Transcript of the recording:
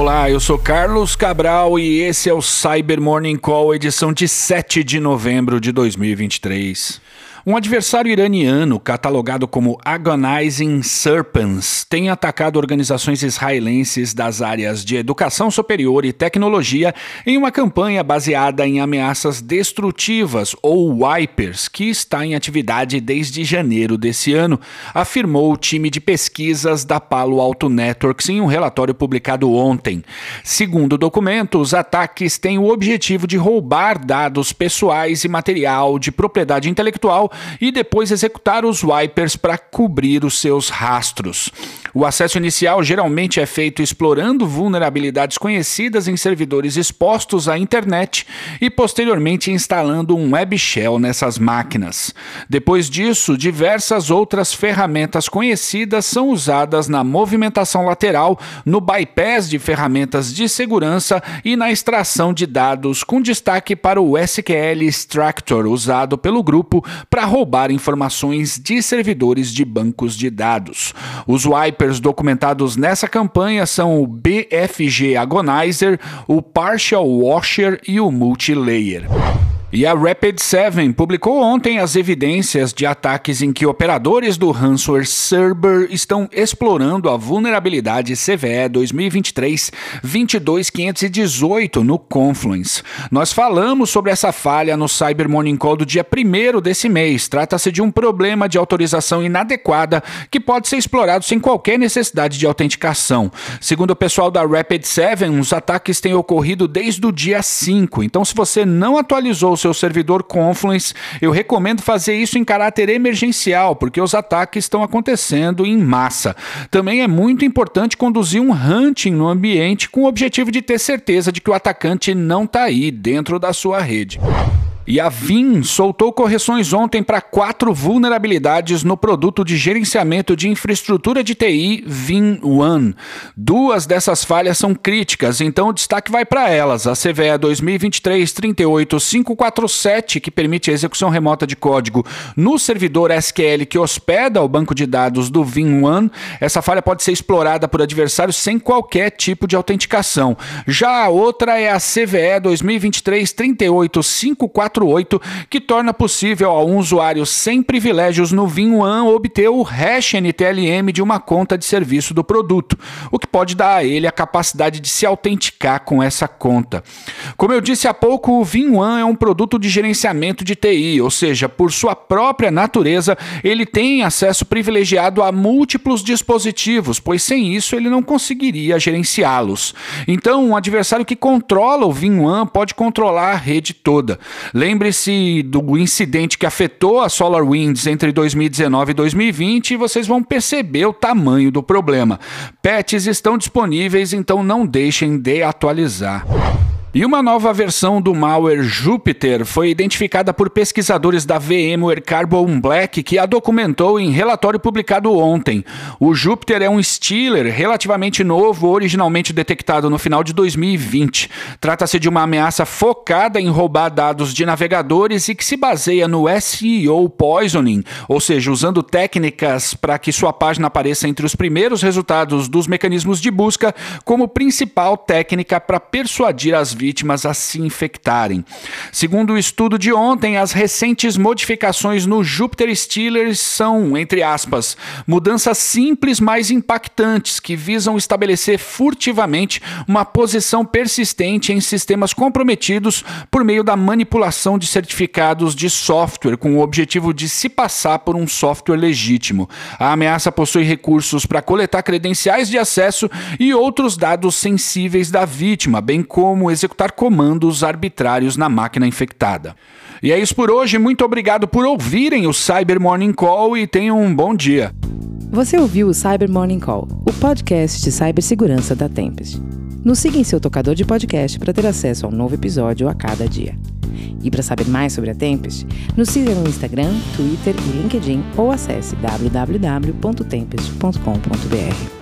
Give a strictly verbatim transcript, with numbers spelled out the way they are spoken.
Olá, eu sou Carlos Cabral e esse é o Cyber Morning Call, edição de sete de novembro de dois mil e vinte e três. Um adversário iraniano, catalogado como Agonizing Serpents, tem atacado organizações israelenses das áreas de educação superior e tecnologia em uma campanha baseada em ameaças destrutivas, ou wipers, que está em atividade desde janeiro desse ano, afirmou o time de pesquisas da Palo Alto Networks em um relatório publicado ontem. Segundo o documento, os ataques têm o objetivo de roubar dados pessoais e material de propriedade intelectual e depois executar os wipers para cobrir os seus rastros. O acesso inicial geralmente é feito explorando vulnerabilidades conhecidas em servidores expostos à internet e posteriormente instalando um web shell nessas máquinas. Depois disso, diversas outras ferramentas conhecidas são usadas na movimentação lateral, no bypass de ferramentas de segurança e na extração de dados, com destaque para o S Q L Extractor usado pelo grupo para roubar informações de servidores de bancos de dados. Os wipers documentados nessa campanha são o B F G Agonizer, o Partial Washer e o Multilayer. E a Rapid seven publicou ontem as evidências de ataques em que operadores do ransomware Cerber estão explorando a vulnerabilidade C V E dois mil e vinte e três vinte e dois quinhentos e dezoito no Confluence. Nós falamos sobre essa falha no Cyber Morning Call do dia primeiro desse mês. Trata-se de um problema de autorização inadequada que pode ser explorado sem qualquer necessidade de autenticação. Segundo o pessoal da Rapid seven, os ataques têm ocorrido desde o dia cinco. Então, se você não atualizou o seu servidor Confluence, eu recomendo fazer isso em caráter emergencial, porque os ataques estão acontecendo em massa. Também é muito importante conduzir um hunting no ambiente com o objetivo de ter certeza de que o atacante não está aí dentro da sua rede. E a Veeam soltou correções ontem para quatro vulnerabilidades no produto de gerenciamento de infraestrutura de T I Veeam One. Duas dessas falhas são críticas, então o destaque vai para elas. A C V E dois mil e vinte e três trinta e oito mil quinhentos e quarenta e sete, que permite a execução remota de código no servidor S Q L que hospeda o banco de dados do Veeam One. Essa falha pode ser explorada por adversários sem qualquer tipo de autenticação. Já a outra é a C V E dois mil e vinte e três trinta e oito mil quinhentos e quarenta e oito, que torna possível a um usuário sem privilégios no Veeam One obter o hash N T L M de uma conta de serviço do produto, o que pode dar a ele a capacidade de se autenticar com essa conta. Como eu disse há pouco, o Veeam One é um produto de gerenciamento de T I, ou seja, por sua própria natureza, ele tem acesso privilegiado a múltiplos dispositivos, pois sem isso ele não conseguiria gerenciá-los. Então, um adversário que controla o Veeam One pode controlar a rede toda. Lembre-se do incidente que afetou a SolarWinds entre dois mil e dezenove e dois mil e vinte e vocês vão perceber o tamanho do problema. Patches estão disponíveis, então não deixem de atualizar. E uma nova versão do malware Jupyter foi identificada por pesquisadores da VMware Carbon Black, que a documentou em relatório publicado ontem. O Jupyter é um stealer relativamente novo, originalmente detectado no final de dois mil e vinte. Trata-se de uma ameaça focada em roubar dados de navegadores e que se baseia no S E O poisoning, ou seja, usando técnicas para que sua página apareça entre os primeiros resultados dos mecanismos de busca como principal técnica para persuadir as vítimas a se infectarem. Segundo o estudo de ontem, as recentes modificações no Jupyter Stealers são, entre aspas, mudanças simples, mas impactantes, que visam estabelecer furtivamente uma posição persistente em sistemas comprometidos por meio da manipulação de certificados de software, com o objetivo de se passar por um software legítimo. A ameaça possui recursos para coletar credenciais de acesso e outros dados sensíveis da vítima, bem como executar comandos arbitrários na máquina infectada. E é isso por hoje, muito obrigado por ouvirem o Cyber Morning Call e tenham um bom dia. Você ouviu o Cyber Morning Call, o podcast de cibersegurança da Tempest. Nos siga em seu tocador de podcast para ter acesso a um novo episódio a cada dia. E para saber mais sobre a Tempest, nos siga no Instagram, Twitter e LinkedIn ou acesse w w w ponto tempest ponto com ponto b r.